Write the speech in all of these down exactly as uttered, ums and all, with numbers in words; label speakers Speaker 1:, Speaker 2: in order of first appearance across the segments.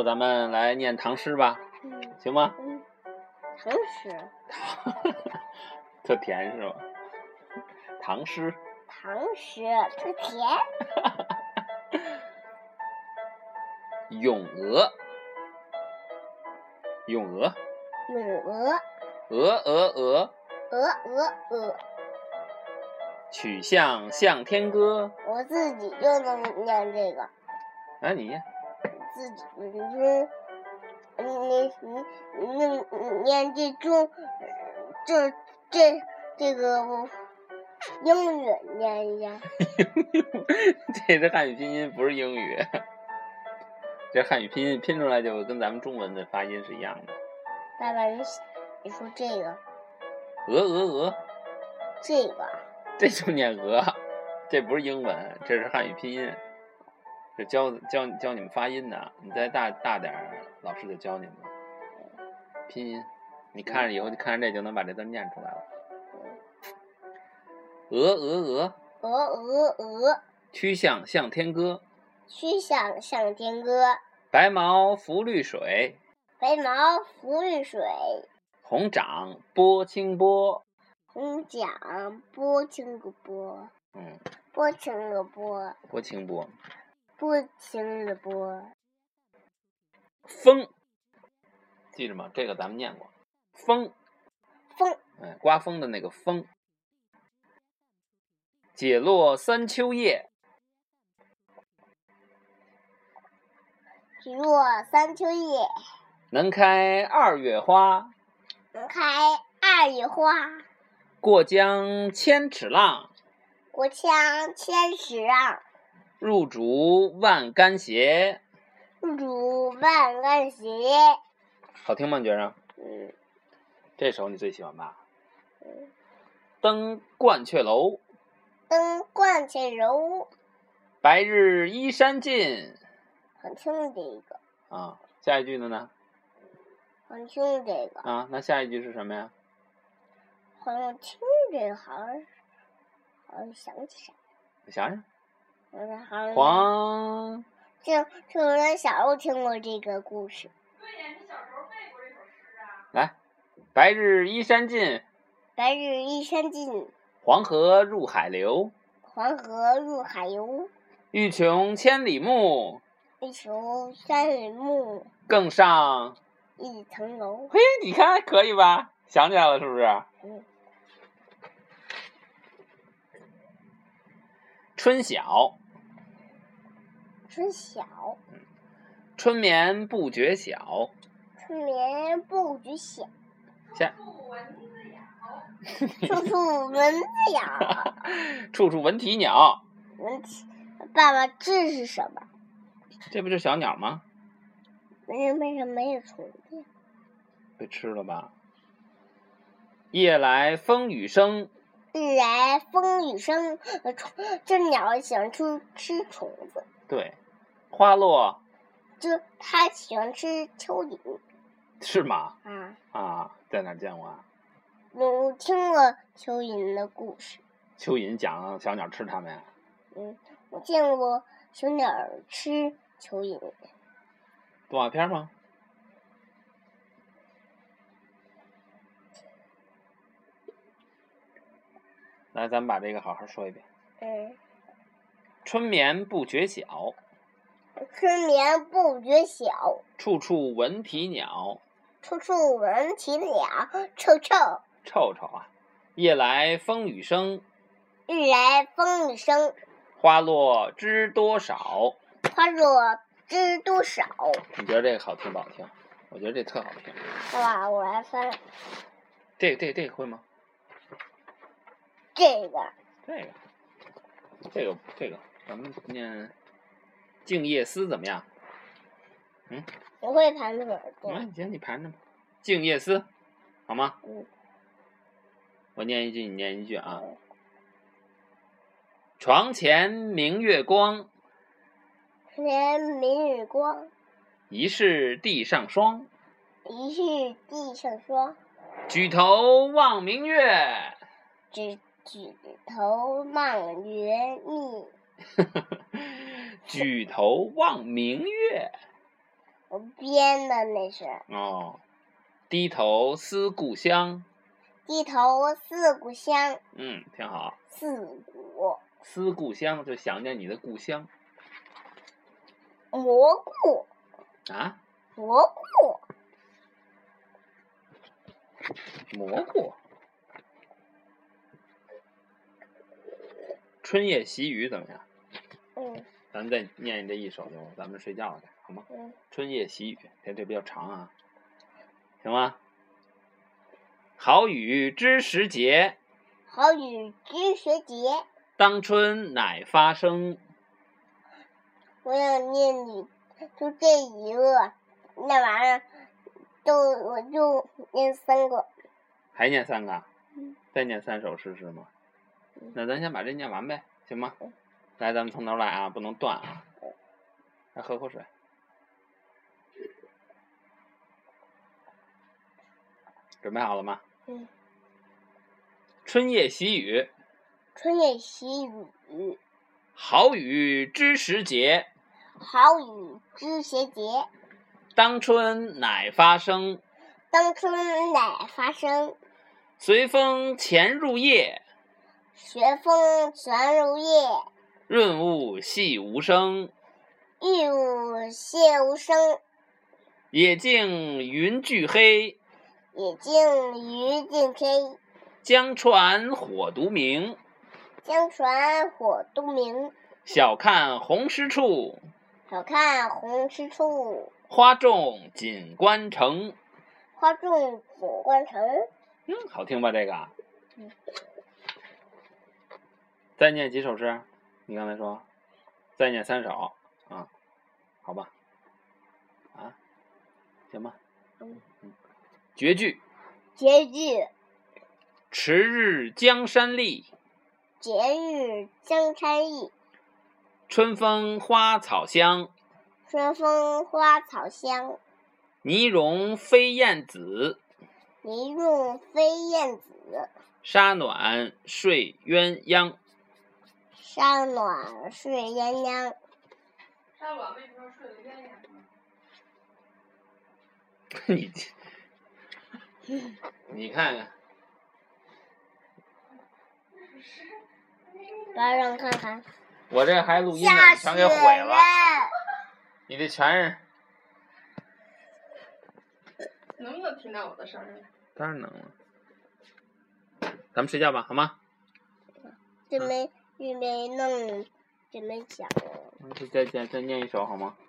Speaker 1: 咱们来念唐诗吧，
Speaker 2: 嗯，
Speaker 1: 行吗？
Speaker 2: 嗯，唐诗，
Speaker 1: 特甜是吗？唐诗，
Speaker 2: 唐诗特甜。
Speaker 1: 咏鹅，咏鹅，
Speaker 2: 咏鹅，
Speaker 1: 鹅鹅鹅，
Speaker 2: 鹅鹅鹅，
Speaker 1: 曲项向天歌。
Speaker 2: 我自己就能念这个。
Speaker 1: 啊，你念。
Speaker 2: 自己，你说，你你你你念这中，这这这个英语念一下。
Speaker 1: 这是汉语拼音，不是英语。这汉语拼音拼出来就跟咱们中文的发音是一样的。
Speaker 2: 爸爸，你你说这个？
Speaker 1: 鹅鹅鹅。
Speaker 2: 这个。
Speaker 1: 这就念鹅，这不是英文，这是汉语拼音。这教教教你们发音的，你再大大点儿，老师就教你们拼音。你看着以后，就看着这就能把这字念出来了。鹅鹅鹅，
Speaker 2: 鹅鹅鹅，
Speaker 1: 曲项向天歌，
Speaker 2: 曲项向天歌。
Speaker 1: 白毛浮绿水，
Speaker 2: 白毛浮绿水。
Speaker 1: 红掌拨清波，
Speaker 2: 红掌拨清个波。
Speaker 1: 嗯，
Speaker 2: 拨清个波。
Speaker 1: 拨清波。
Speaker 2: 拨清个波。
Speaker 1: 风，记着吗？这个咱们念过。风，
Speaker 2: 风，
Speaker 1: 哎，刮风的那个风。解落三秋叶，
Speaker 2: 解落三秋叶，
Speaker 1: 能开二月花，
Speaker 2: 能开二月花。
Speaker 1: 过江千尺浪，
Speaker 2: 过江千尺浪。
Speaker 1: 入竹万竿斜，
Speaker 2: 入竹万竿斜。
Speaker 1: 好听吗？你觉着？
Speaker 2: 嗯。
Speaker 1: 这首你最喜欢吧？
Speaker 2: 嗯。
Speaker 1: 登鹳雀楼，
Speaker 2: 登鹳雀楼。
Speaker 1: 白日依山尽。
Speaker 2: 很听这个。
Speaker 1: 啊，下一句的呢？
Speaker 2: 很听这个。
Speaker 1: 啊，那下一句是什么呀？
Speaker 2: 好像听这个，好像好像想起啥？
Speaker 1: 你想想。
Speaker 2: 黄，这这我在小时候听过这个故事。
Speaker 3: 对呀，你小时候背过这首诗啊。
Speaker 1: 来，白日依山尽。
Speaker 2: 白日依山尽。
Speaker 1: 黄河入海流。
Speaker 2: 黄河入海流。
Speaker 1: 欲穷千里目。
Speaker 2: 欲穷千里目。
Speaker 1: 更上
Speaker 2: 一层楼。
Speaker 1: 嘿，你看可以吧？想起来了是不是？
Speaker 2: 嗯。
Speaker 1: 春晓，
Speaker 2: 春晓，
Speaker 1: 春眠不觉晓，
Speaker 2: 春眠不觉晓，
Speaker 1: 下
Speaker 3: 处处蚊子咬，
Speaker 2: 处处蚊子咬，
Speaker 1: 处处闻啼鸟。
Speaker 2: 闻啼，爸爸，这是什么？
Speaker 1: 这不是小鸟吗？
Speaker 2: 为什么为什么没有虫子？
Speaker 1: 被吃了吧？夜来风雨声。
Speaker 2: 日来风雨声，这鸟喜欢吃吃虫子。
Speaker 1: 对，花落，
Speaker 2: 就它喜欢吃蚯蚓。
Speaker 1: 是吗？
Speaker 2: 啊
Speaker 1: 啊，在哪儿见过啊？
Speaker 2: 我听过蚯蚓的故事。
Speaker 1: 蚯蚓讲小鸟吃它们呀？
Speaker 2: 嗯，我见过小鸟吃蚯蚓。
Speaker 1: 动画片吗？来，咱们把这个好好说一遍。
Speaker 2: 嗯。
Speaker 1: 春眠不觉晓。
Speaker 2: 春眠不觉晓。
Speaker 1: 处处闻啼鸟。
Speaker 2: 处处闻啼鸟，臭臭。
Speaker 1: 臭臭啊！夜来风雨声。
Speaker 2: 日来风雨声。
Speaker 1: 花落知多少。
Speaker 2: 花落知多少。
Speaker 1: 你觉得这个好听不好听？我觉得这特好听。
Speaker 2: 爸爸，我来翻。
Speaker 1: 这个、这个、这个会吗？
Speaker 2: 这个，
Speaker 1: 这个，这个，这个，咱们念《静夜思》怎么样？嗯，
Speaker 2: 我会盘腿。
Speaker 1: 嗯，行，你盘着吧。《静夜思》，好吗？
Speaker 2: 嗯。
Speaker 1: 我念一句，你念一句啊。嗯、床前明月光。
Speaker 2: 床前明月光。
Speaker 1: 疑是地上霜。
Speaker 2: 疑是地上霜。
Speaker 1: 举头望明月。
Speaker 2: 只举头望月明。
Speaker 1: 举头望明月。
Speaker 2: 我编的那是。
Speaker 1: 哦，低头思故乡。
Speaker 2: 低头思故乡。
Speaker 1: 嗯，挺好。
Speaker 2: 思故。
Speaker 1: 思故乡就想念你的故乡。
Speaker 2: 蘑菇。
Speaker 1: 啊？
Speaker 2: 蘑菇。
Speaker 1: 蘑菇。春夜喜雨怎么样？
Speaker 2: 嗯。
Speaker 1: 咱们再念这一首就咱们睡觉了，好吗？
Speaker 2: 嗯。
Speaker 1: 春夜喜雨，这这比较长啊，行吗？好雨知时节。
Speaker 2: 好雨知时节。
Speaker 1: 当春乃发生。
Speaker 2: 我想念你，就这一个，那玩意儿，都我就念三个。
Speaker 1: 还念三个？
Speaker 2: 嗯。
Speaker 1: 再念三首试试吗？
Speaker 2: 嗯。
Speaker 1: 那咱先把这念完呗，行吗？
Speaker 2: 嗯。
Speaker 1: 来，咱们从头来啊，不能断啊。
Speaker 2: 嗯。
Speaker 1: 来喝口水。准备好了吗？
Speaker 2: 嗯。
Speaker 1: 春夜喜雨。
Speaker 2: 春夜喜雨。
Speaker 1: 好雨知时节。
Speaker 2: 好雨知时节。
Speaker 1: 当春乃发生。
Speaker 2: 当春乃发生。
Speaker 1: 随风潜入夜。
Speaker 2: 随风潜入夜。
Speaker 1: 润物细无声。
Speaker 2: 润物细无声。
Speaker 1: 野径云俱黑。
Speaker 2: 野径云俱黑。
Speaker 1: 江船火独明。
Speaker 2: 江船火独明。
Speaker 1: 晓看红湿处。
Speaker 2: 晓看红湿处。
Speaker 1: 花重锦官城。
Speaker 2: 花重锦官城。
Speaker 1: 嗯，好听吧这个？
Speaker 2: 嗯。
Speaker 1: 再念几首诗？你刚才说，再念三首啊，好吧？啊，行吧？
Speaker 2: 嗯。
Speaker 1: 嗯。绝句。
Speaker 2: 绝句。
Speaker 1: 迟日江山丽。
Speaker 2: 节日江山丽。
Speaker 1: 春风花草香。
Speaker 2: 春风花草香。
Speaker 1: 泥融飞燕子。
Speaker 2: 泥融飞燕子。
Speaker 1: 沙暖睡鸳鸯。
Speaker 2: 沙暖睡鸳鸯。
Speaker 3: 沙暖为什么睡了鸳鸯？
Speaker 1: 你你看看。
Speaker 2: 爸让看看。
Speaker 1: 我这还录音呢，
Speaker 2: 下
Speaker 1: 全给毁了。你这全是。
Speaker 3: 能不能听到我的声音？
Speaker 1: 当然能了。咱们睡觉吧，好吗？
Speaker 2: 这没这没弄，这没讲。
Speaker 1: 再再再念一首好吗？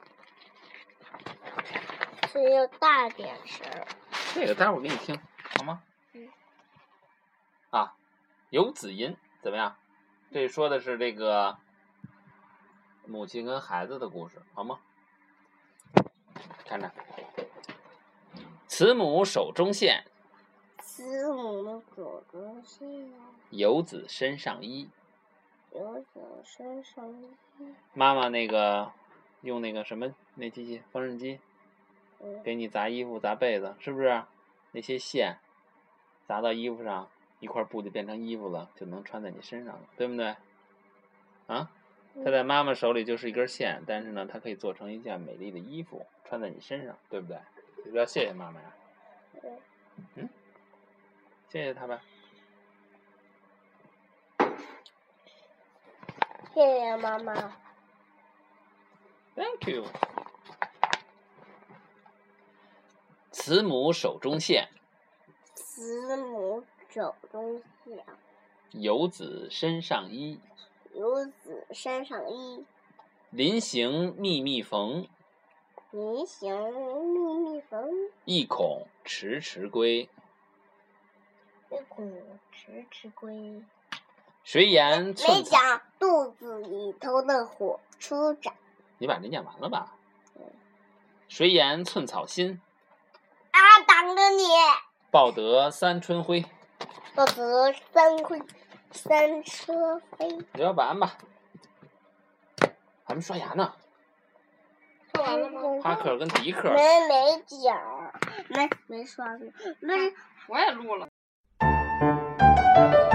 Speaker 2: 是要大点声。
Speaker 1: 这个待会儿给你听，好吗？
Speaker 2: 嗯。
Speaker 1: 啊，游子吟怎么样？这说的是这个母亲跟孩子的故事，好吗？看着，慈母手中线。
Speaker 2: 慈母手中线。
Speaker 1: 游子身上衣。
Speaker 2: 游子身上衣。
Speaker 1: 妈妈那个用那个什么那机器缝纫机，
Speaker 2: 嗯，
Speaker 1: 给你砸衣服砸被子，是不是？那些线砸到衣服上，一块布就变成衣服了，就能穿在你身上了，对不对？啊，它在妈妈手里就是一根线，但是呢，它可以做成一件美丽的衣服，穿在你身上，对不对？是不是要谢谢妈妈呀？嗯，谢谢她吧。
Speaker 2: 谢谢妈妈。
Speaker 1: Thank you。慈母手中线。
Speaker 2: 慈母手中线。
Speaker 1: 游子身上衣。
Speaker 2: 游子身上衣。
Speaker 1: 临行密密缝。
Speaker 2: 临行密密缝。
Speaker 1: 意恐迟迟归。
Speaker 2: 意恐迟迟归。
Speaker 1: 谁言寸
Speaker 2: 没讲肚子里头的火车站。
Speaker 1: 你把这念完了吧？
Speaker 2: 嗯。
Speaker 1: 谁言寸草心。
Speaker 2: 啊，挡着你。
Speaker 1: 报得三春晖。
Speaker 2: 报得三春三车飞。
Speaker 1: 留把完吧。还没刷牙呢。
Speaker 3: 说完了吗？
Speaker 1: 哈克跟迪克。
Speaker 2: 没没讲，没没刷呢，没。
Speaker 3: 我也录了。